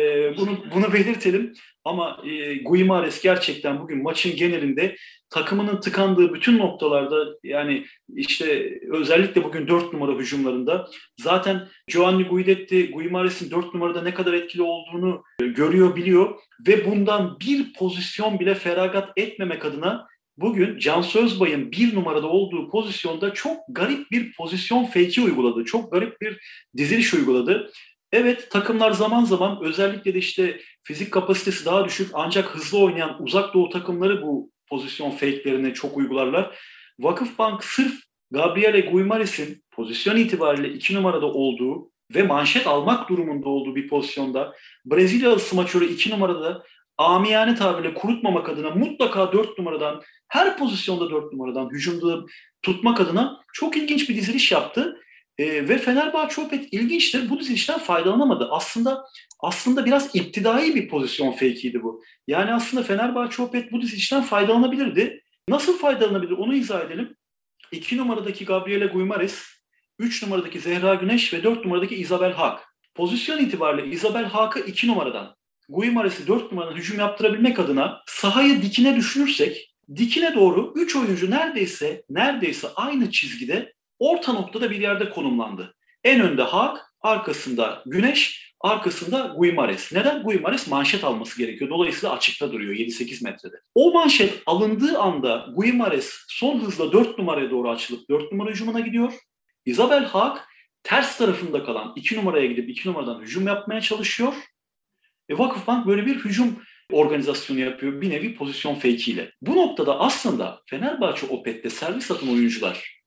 Bunu belirtelim. Ama Guimares gerçekten bugün maçın genelinde takımının tıkandığı bütün noktalarda yani işte özellikle bugün 4 numara hücumlarında zaten Giovanni Guidetti Guimares'in 4 numarada ne kadar etkili olduğunu görüyor, biliyor ve bundan bir pozisyon bile feragat etmemek adına bugün Cansu Özbay'ın 1 numarada olduğu pozisyonda çok garip bir pozisyon fake'i uyguladı. Çok garip bir diziliş uyguladı. Evet, takımlar zaman zaman özellikle de işte fizik kapasitesi daha düşük ancak hızlı oynayan uzak doğu takımları bu pozisyon fake'lerini çok uygularlar. Vakıfbank sırf Gabriele Guimares'in pozisyon itibariyle 2 numarada olduğu ve manşet almak durumunda olduğu bir pozisyonda Brezilyalı smaçörü 2 numarada amiyane tabirle kurutmamak adına mutlaka 4 numaradan her pozisyonda 4 numaradan hücumda tutmak adına çok ilginç bir diziliş yaptı. Ve Fenerbahçe Opet ilginçtir. Bu dizilişten faydalanamadı. Aslında biraz iptidai bir pozisyon fake'iydi bu. Yani aslında Fenerbahçe Opet bu dizilişten faydalanabilirdi. Nasıl faydalanabilir onu izah edelim. 2 numaradaki Gabriela Guimares, 3 numaradaki Zehra Güneş ve 4 numaradaki Isabel Haak. Pozisyon itibariyle Isabel Haak'ı 2 numaradan, Guimares'i 4 numaradan hücum yaptırabilmek adına sahayı dikine düşünürsek, dikine doğru 3 oyuncu neredeyse aynı çizgide orta noktada bir yerde konumlandı. En önde Haak, arkasında Güneş, arkasında Guimares. Neden? Guimares manşet alması gerekiyor. Dolayısıyla açıkta duruyor 7-8 metrede. O manşet alındığı anda Guimares son hızla 4 numaraya doğru açılıp 4 numara hücumuna gidiyor. Isabel Haak ters tarafında kalan 2 numaraya gidip 2 numaradan hücum yapmaya çalışıyor. Vakıfbank böyle bir hücum organizasyonu yapıyor. Bir nevi pozisyon fake'iyle. Bu noktada aslında Fenerbahçe Opet'te servis atan oyuncular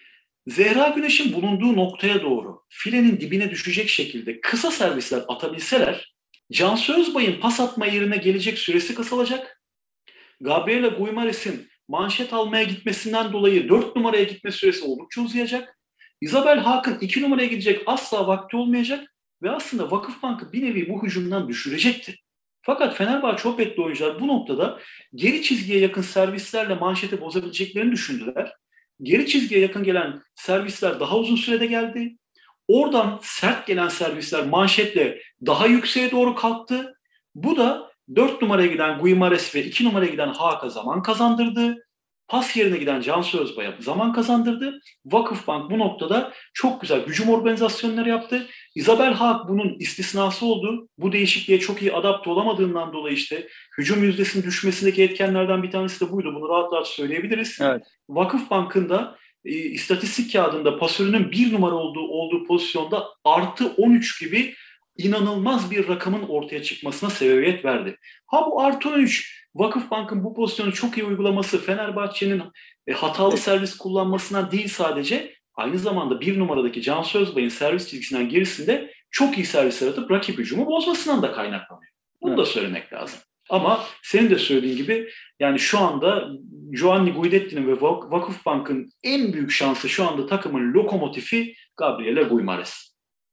Zehra Güneş'in bulunduğu noktaya doğru filenin dibine düşecek şekilde kısa servisler atabilseler Cansu Özbay'ın pas atma yerine gelecek süresi kısalacak. Gabriela Guimares'in manşet almaya gitmesinden dolayı 4 numaraya gitme süresi oldukça uzayacak. Isabel Haak'ın 2 numaraya gidecek asla vakti olmayacak ve aslında Vakıfbank'ı bir nevi bu hücumdan düşürecekti. Fakat Fenerbahçe Opet'li oyuncular bu noktada geri çizgiye yakın servislerle manşeti bozabileceklerini düşündüler. Geri çizgiye yakın gelen servisler daha uzun sürede geldi. Oradan sert gelen servisler manşetle daha yükseğe doğru kalktı. Bu da 4 numaraya giden Guimares ve 2 numaraya giden Haak'a zaman kazandırdı. Pas yerine giden Cansu Özbay'a zaman kazandırdı. Vakıfbank bu noktada çok güzel hücum organizasyonları yaptı. Isabel Haak bunun istisnası oldu. Bu değişikliğe çok iyi adapte olamadığından dolayı işte hücum yüzdesinin düşmesindeki etkenlerden bir tanesi de buydu. Bunu rahat rahat söyleyebiliriz. Evet. Vakıfbank'ın da istatistik kağıdında pasörünün 1 numara olduğu pozisyonda artı 13 gibi inanılmaz bir rakamın ortaya çıkmasına sebebiyet verdi. Ha bu artı 13 Vakıfbank'ın bu pozisyonu çok iyi uygulaması Fenerbahçe'nin hatalı servis kullanmasından değil sadece aynı zamanda 1 numaradaki Cansu Özbay'ın servis çizgisinden gerisinde çok iyi servis yaratıp rakip hücumu bozmasından da kaynaklanıyor. Bunu da söylemek lazım. Ama senin de söylediğin gibi yani şu anda Giovanni Guidetti'nin ve Vakıfbank'ın en büyük şansı şu anda takımın lokomotifi Gabriele Guimares.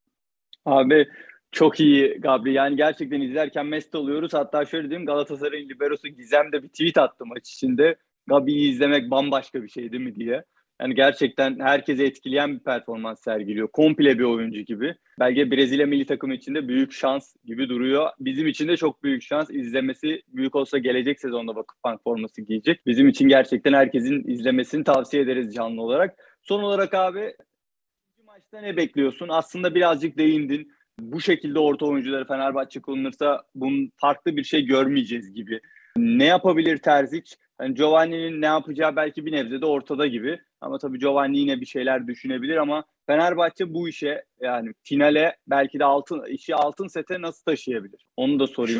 Abi çok iyi Gabri. Yani gerçekten izlerken mest oluyoruz. Hatta şöyle diyeyim, Galatasaray'ın liberosu Gizem de bir tweet attı maç içinde. Gabi'yi izlemek bambaşka bir şey değil mi diye. Yani gerçekten herkese etkileyen bir performans sergiliyor. Komple bir oyuncu gibi. Belki Brezilya milli takımı için de büyük şans gibi duruyor. Bizim için de çok büyük şans. İzlemesi büyük olsa gelecek sezonda Vakıfbank forması giyecek. Bizim için gerçekten herkesin izlemesini tavsiye ederiz canlı olarak. Son olarak abi, maçta ne bekliyorsun? Aslında birazcık değindin. Bu şekilde orta oyuncuları Fenerbahçe kullanırsa bunun farklı bir şey görmeyeceğiz gibi. Ne yapabilir Terzic? Yani Giovanni'nin ne yapacağı belki bir nebze de ortada gibi. Ama tabii Giovanni yine bir şeyler düşünebilir ama Fenerbahçe bu işe, yani finale, belki de altın sete nasıl taşıyabilir? Onu da sorayım.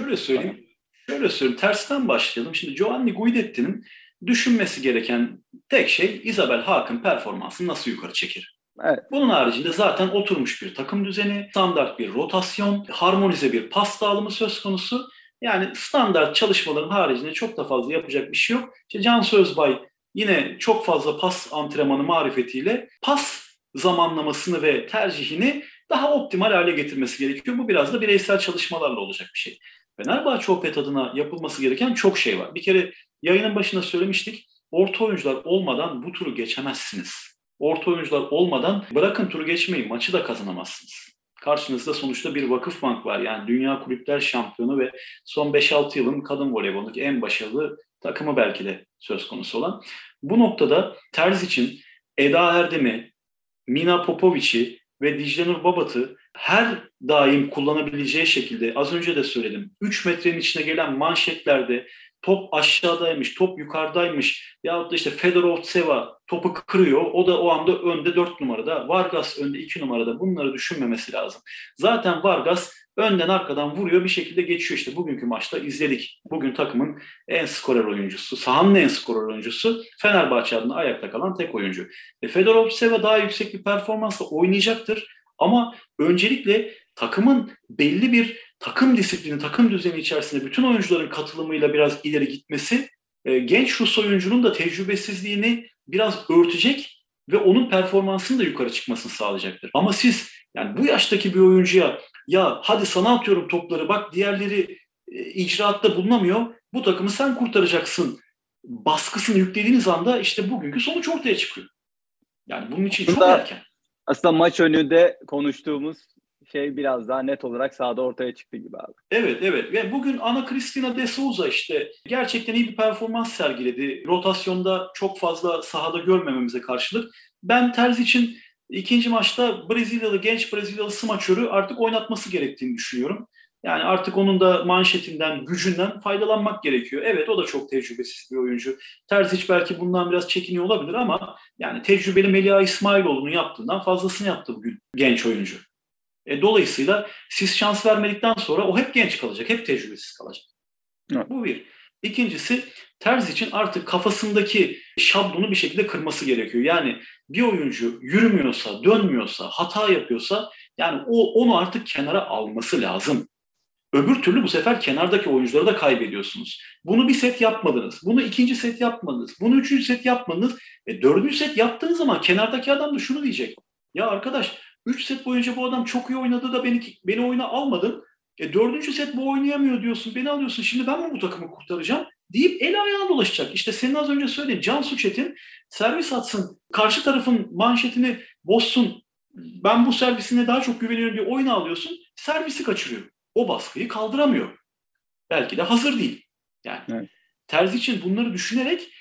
Şöyle söyleyeyim. Tersten başlayalım. Şimdi Giovanni Guidetti'nin düşünmesi gereken tek şey Isabel Haak'ın performansını nasıl yukarı çeker? Evet. Bunun haricinde zaten oturmuş bir takım düzeni, standart bir rotasyon, harmonize bir pas dağılımı söz konusu. Yani standart çalışmaların haricinde çok da fazla yapacak bir şey yok. İşte Cansu Özbay yine çok fazla pas antrenmanı marifetiyle pas zamanlamasını ve tercihini daha optimal hale getirmesi gerekiyor. Bu biraz da bireysel çalışmalarla olacak bir şey. Fenerbahçe Opet adına yapılması gereken çok şey var. Bir kere yayının başında söylemiştik. Orta oyuncular olmadan bu turu geçemezsiniz. Orta oyuncular olmadan bırakın turu geçmeyi, maçı da kazanamazsınız. Karşınızda sonuçta bir Vakıfbank var. Yani Dünya Kulüpler Şampiyonu ve son 5-6 yılın kadın voleybolundaki en başarılı takımı belki de söz konusu olan. Bu noktada Terzic'in Eda Erdem'i, Mina Popovic'i ve Dicle Nur Babat'ı her daim kullanabileceği şekilde, az önce de söyledim, 3 metrenin içine gelen manşetlerde top aşağıdaymış, top yukarıdaymış yahut da işte Fedorov Tseva topu kırıyor, o da o anda önde 4 numarada, Vargas önde 2 numarada, bunları düşünmemesi lazım. Zaten Vargas önden arkadan vuruyor, bir şekilde geçiyor. İşte bugünkü maçta izledik. Bugün takımın en skorer oyuncusu, sahanın en skorer oyuncusu, Fenerbahçe adına ayakta kalan tek oyuncu. Fedorov Tseva daha yüksek bir performansla oynayacaktır. Ama öncelikle takımın belli bir takım disiplini, takım düzeni içerisinde bütün oyuncuların katılımıyla biraz ileri gitmesi, genç Rus oyuncunun da tecrübesizliğini biraz örtecek ve onun performansının da yukarı çıkmasını sağlayacaktır. Ama siz yani bu yaştaki bir oyuncuya ya hadi sana atıyorum topları, bak diğerleri icraatta bulunamıyor, bu takımı sen kurtaracaksın baskısını yüklediğiniz anda işte bugünkü sonuç ortaya çıkıyor. Yani bunun için çok erken. Aslında maç önünde konuştuğumuz şey biraz daha net olarak sahada ortaya çıktı gibi abi. Evet. Ve bugün Ana Cristina de Souza işte gerçekten iyi bir performans sergiledi. Rotasyonda çok fazla sahada görmememize karşılık. Ben Terzic'in ikinci maçta genç Brezilyalı smaçörü artık oynatması gerektiğini düşünüyorum. Yani artık onun da manşetinden, gücünden faydalanmak gerekiyor. Evet, o da çok tecrübesiz bir oyuncu. Terzic belki bundan biraz çekiniyor olabilir ama yani tecrübeli Melia İsmailoğlu'nun yaptığından fazlasını yaptı bugün genç oyuncu. Dolayısıyla siz şans vermedikten sonra o hep genç kalacak, hep tecrübesiz kalacak. Evet. Bu bir. İkincisi, Terzic'in artık kafasındaki şablonu bir şekilde kırması gerekiyor. Yani bir oyuncu yürümüyorsa, dönmüyorsa, hata yapıyorsa yani onu artık kenara alması lazım. Öbür türlü bu sefer kenardaki oyuncuları da kaybediyorsunuz. Bunu bir set yapmadınız. Bunu ikinci set yapmadınız. Bunu üçüncü set yapmadınız. Dördüncü set yaptığınız zaman kenardaki adam da şunu diyecek. Ya arkadaş 3 set boyunca bu adam çok iyi oynadı da beni oyuna almadın. Dördüncü set bu oynayamıyor diyorsun. Beni alıyorsun. Şimdi ben mi bu takımı kurtaracağım? Deyip el ayağına dolaşacak. İşte senin az önce söylediğin Cansu Çetin servis atsın. Karşı tarafın manşetini bozsun. Ben bu servisine daha çok güveniyorum diye oyuna alıyorsun. Servisi kaçırıyor. O baskıyı kaldıramıyor. Belki de hazır değil. Yani evet. Terzi için bunları düşünerek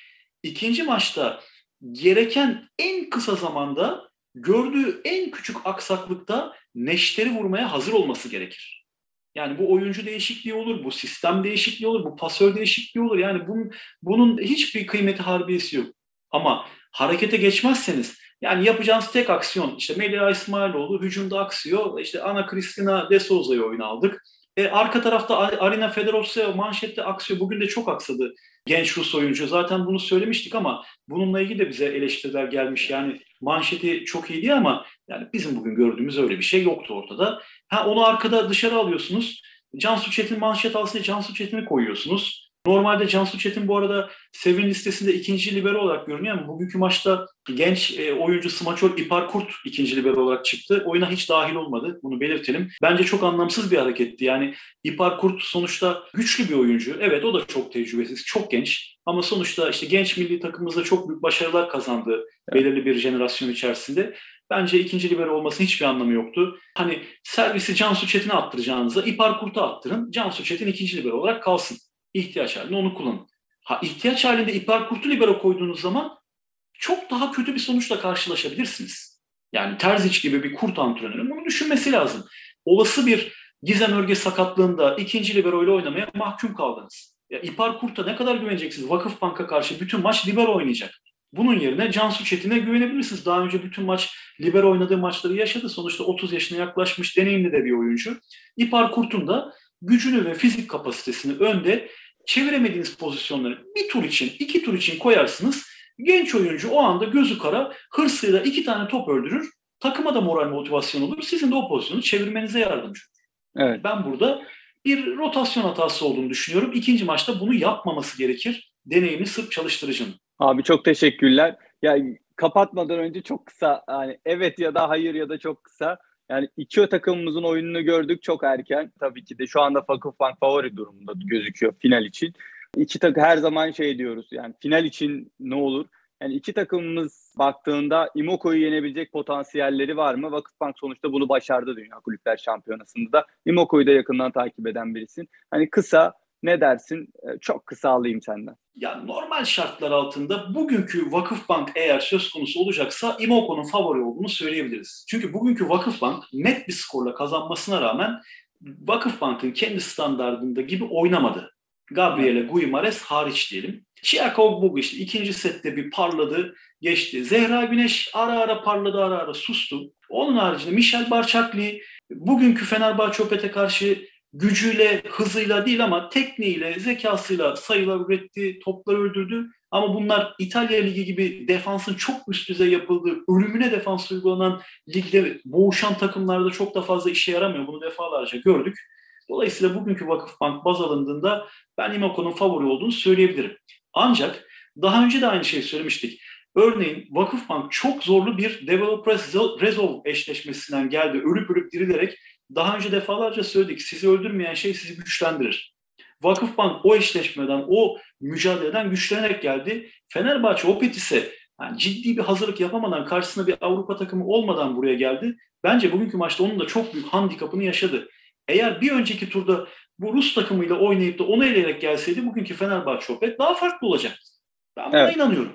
ikinci maçta gereken en kısa zamanda gördüğü en küçük aksaklıkta neşteri vurmaya hazır olması gerekir. Yani bu oyuncu değişikliği olur, bu sistem değişikliği olur, bu pasör değişikliği olur. Yani bunun hiçbir kıymeti harbiyesi yok. Ama harekete geçmezseniz, yani yapacağınız tek aksiyon, işte Melih İsmailoğlu hücumda aksıyor, işte Ana Cristina de Souza'yı oyuna aldık. Arka tarafta Arina Fedorovseva manşette aksıyor. Bugün de çok aksadı genç Rus oyuncu. Zaten bunu söylemiştik ama bununla ilgili de bize eleştiriler gelmiş. Yani manşeti çok iyiydi ama yani bizim bugün gördüğümüz öyle bir şey yoktu ortada. Onu arkada dışarı alıyorsunuz. Cansu Çetin manşet alsın diye Cansu Çetin'i koyuyorsunuz. Normalde Cansu Çetin bu arada Sevin listesinde ikinci libero olarak görünüyor ama bugünkü maçta genç oyuncu smaçör İpar Kurt ikinci libero olarak çıktı. Oyuna hiç dahil olmadı. Bunu belirtelim. Bence çok anlamsız bir hareketti. Yani İpar Kurt sonuçta güçlü bir oyuncu. Evet, o da çok tecrübesiz, çok genç. Ama sonuçta işte genç milli takımımızda çok büyük başarılar kazandı belirli bir jenerasyon içerisinde. Bence ikinci libero olmasının hiçbir anlamı yoktu. Hani servisi Cansu Çetin'e attıracağınıza İpar Kurt'a attırın. Cansu Çetin ikinci libero olarak kalsın. İhtiyaç halinde onu kullanın. İhtiyaç halinde İpar Kurt'u libero koyduğunuz zaman çok daha kötü bir sonuçla karşılaşabilirsiniz. Yani Terzic gibi bir kurt antrenörün bunu düşünmesi lazım. Olası bir Gizem Örge sakatlığında ikinci libero ile oynamaya mahkum kaldınız. Ya İpar Kurt'a ne kadar güveneceksiniz? Vakıfbank'a karşı bütün maç libero oynayacak. Bunun yerine Cansu Çetin'e güvenebilirsiniz. Daha önce bütün maç libero oynadığı maçları yaşadı. Sonuçta 30 yaşına yaklaşmış deneyimli de bir oyuncu. İpar Kurt'un da gücünü ve fizik kapasitesini önde çeviremediğiniz pozisyonları bir tur için, 2 tur için koyarsınız. Genç oyuncu o anda gözü kara hırsıyla 2 tane top öldürür. Takıma da moral motivasyon olur. Sizin de o pozisyonu çevirmenize yardımcı olur. Evet. Ben burada bir rotasyon hatası olduğunu düşünüyorum. İkinci maçta bunu yapmaması gerekir. Deneyimli Sırp çalıştırıcının. Abi çok teşekkürler. Ya kapatmadan önce çok kısa, hani evet ya da hayır ya da çok kısa. Yani iki takımımızın oyununu gördük çok erken. Tabii ki de şu anda Vakıfbank favori durumunda gözüküyor final için. İki takım her zaman şey diyoruz, yani final için ne olur? Yani iki takımımız baktığında Imoko'yu yenebilecek potansiyelleri var mı? Vakıfbank sonuçta bunu başardı Dünya Kulüpler Şampiyonası'nda da. Imoko'yu da yakından takip eden birisin. Hani kısa ne dersin? Çok kısa alayım senden. Ya normal şartlar altında bugünkü Vakıfbank eğer söz konusu olacaksa Imoko'nun favori olduğunu söyleyebiliriz. Çünkü bugünkü Vakıfbank net bir skorla kazanmasına rağmen Vakıfbank'ın kendi standardında gibi oynamadı. Gabriele Guimares hariç diyelim. Çiakov Bogu işte ikinci sette bir parladı, geçti. Zehra Güneş ara ara parladı, ara ara sustu. Onun haricinde Michel Barçakli bugünkü Fenerbahçe Opet'e karşı gücüyle, hızıyla değil ama tekniğiyle, zekasıyla sayılar üretti, topları öldürdü. Ama bunlar İtalya Ligi gibi defansın çok üst düzey yapıldığı, ölümüne defans uygulanan ligde boğuşan takımlarda çok da fazla işe yaramıyor. Bunu defalarca gördük. Dolayısıyla bugünkü Vakıfbank baz alındığında ben Imoko'nun favori olduğunu söyleyebilirim. Ancak daha önce de aynı şeyi söylemiştik. Örneğin Vakıfbank çok zorlu bir Developers-Rezov eşleşmesinden geldi. Ölüp ölüp dirilerek daha önce defalarca söyledik. Sizi öldürmeyen şey sizi güçlendirir. Vakıfbank o eşleşmeden, o mücadeleden güçlenerek geldi. Fenerbahçe Opet ise yani ciddi bir hazırlık yapamadan, karşısında bir Avrupa takımı olmadan buraya geldi. Bence bugünkü maçta onun da çok büyük handikapını yaşadı. Eğer bir önceki turda bu Rus takımıyla oynayıp da onu eleyerek gelseydi bugünkü Fenerbahçe Opet daha farklı olacaktı. Ben buna inanıyorum.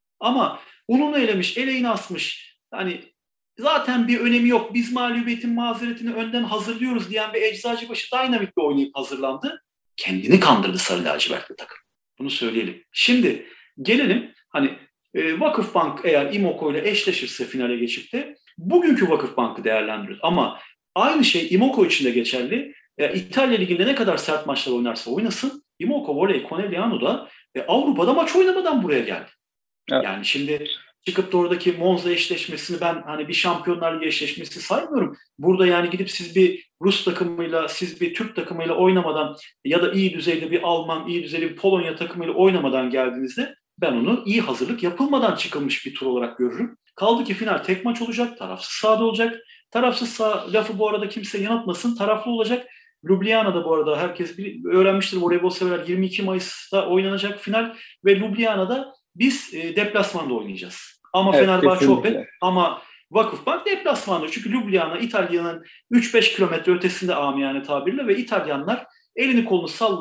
Ama ununu elemiş, eleğini asmış. Yani zaten bir önemi yok. Biz mağlubiyetin mazeretini önden hazırlıyoruz diyen bir Eczacıbaşı Dynamic'le oynayıp hazırlandı. Kendini kandırdı Sarı Lacivertli takım. Bunu söyleyelim. Şimdi gelelim hani Vakıfbank eğer Imoko ile eşleşirse finale geçip de bugünkü Vakıfbank'ı değerlendiriyoruz. Ama aynı şey Imoko için de geçerli. İtalya Ligi'nde ne kadar sert maçlar oynarsa oynasın Imoko Voley Conegliano'da Avrupa'da maç oynamadan buraya geldi. Evet. Yani şimdi çıkıp da oradaki Monza eşleşmesini ben hani bir Şampiyonlar Ligi eşleşmesi saymıyorum. Burada yani gidip siz bir Rus takımıyla, siz bir Türk takımıyla oynamadan ya da iyi düzeyde bir Alman, iyi düzeyde bir Polonya takımıyla oynamadan geldiğinizde ben onu iyi hazırlık yapılmadan çıkılmış bir tur olarak görürüm. Kaldı ki final tek maç olacak, tarafsız sahada olacak. Tarafsız saha lafı bu arada kimse yanıltmasın, taraflı olacak. Ljubljana'da bu arada herkes öğrenmiştir, voleybol severler, 22 Mayıs'ta oynanacak final ve Ljubljana'da biz deplasmanda oynayacağız. Ama evet, Fenerbahçe Opet ama Vakıfbank deplasmanda. Çünkü Ljubljana İtalya'nın 3-5 kilometre ötesinde amiyane tabirle ve İtalyanlar elini kolunu sallayıp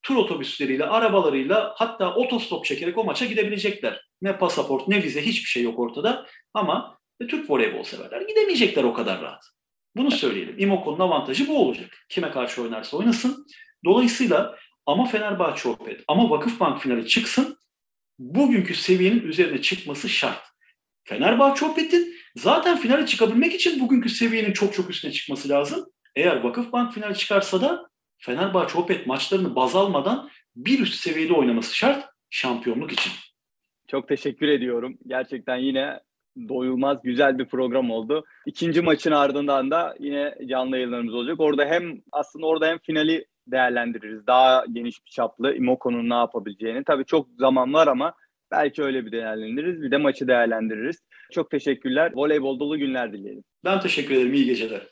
tur otobüsleriyle, arabalarıyla, hatta otostop çekerek o maça gidebilecekler. Ne pasaport, ne vize, hiçbir şey yok ortada. Ama Türk voleybol severler gidemeyecekler o kadar rahat. Bunu söyleyelim. İmoko'nun avantajı bu olacak. Kime karşı oynarsa oynasın. Dolayısıyla ama Fenerbahçe Opet, ama Vakıfbank finali çıksın, bugünkü seviyenin üzerine çıkması şart. Fenerbahçe Opet'in zaten finale çıkabilmek için bugünkü seviyenin çok çok üstüne çıkması lazım. Eğer Vakıfbank finali çıkarsa da Fenerbahçe Opet maçlarını baz almadan bir üst seviyede oynaması şart şampiyonluk için. Çok teşekkür ediyorum. Gerçekten yine doyulmaz güzel bir program oldu. İkinci maçın ardından da yine canlı yayınlarımız olacak. Orada hem finali değerlendiririz. Daha geniş bir çaplı Imoko'nun ne yapabileceğini. Tabii çok zaman var ama belki öyle bir değerlendiririz. Bir de maçı değerlendiririz. Çok teşekkürler. Voleybol dolu günler dileyelim. Ben teşekkür ederim. İyi geceler.